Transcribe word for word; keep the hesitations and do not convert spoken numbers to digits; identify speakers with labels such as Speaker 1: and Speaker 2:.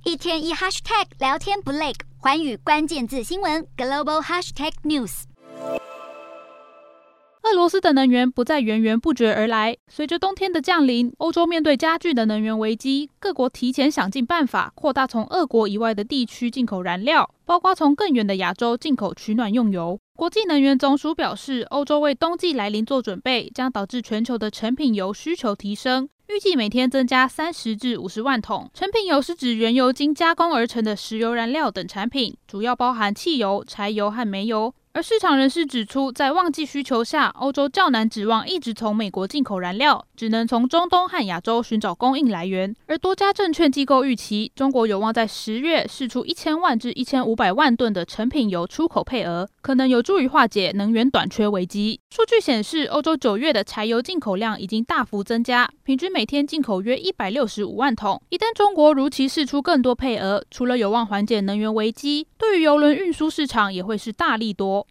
Speaker 1: 一天一 hashtag 聊天不累，寰宇关键字新闻 global hashtag news。
Speaker 2: 俄罗斯的能源不再源源不绝而来。随着冬天的降临，欧洲面对加剧的能源危机，各国提前想尽办法扩大从俄国以外的地区进口燃料，包括从更远的亚洲进口取暖用油。国际能源总署表示，欧洲为冬季来临做准备，将导致全球的成品油需求提升，预计每天增加三十至五十万桶。成品油是指原油经加工而成的石油燃料等产品，主要包含汽油、柴油和煤油。而市场人士指出，在旺季需求下，欧洲较难指望一直从美国进口燃料，只能从中东和亚洲寻找供应来源。而多家证券机构预期，中国有望在十月释出一千万至一千五百万吨的成品油出口配额，可能有助于化解能源短缺危机。数据显示，欧洲九月的柴油进口量已经大幅增加，平均每天进口约一百六十五万桶。一旦中国如期释出更多配额，除了有望缓解能源危机，对于邮轮运输市场也会是大利多。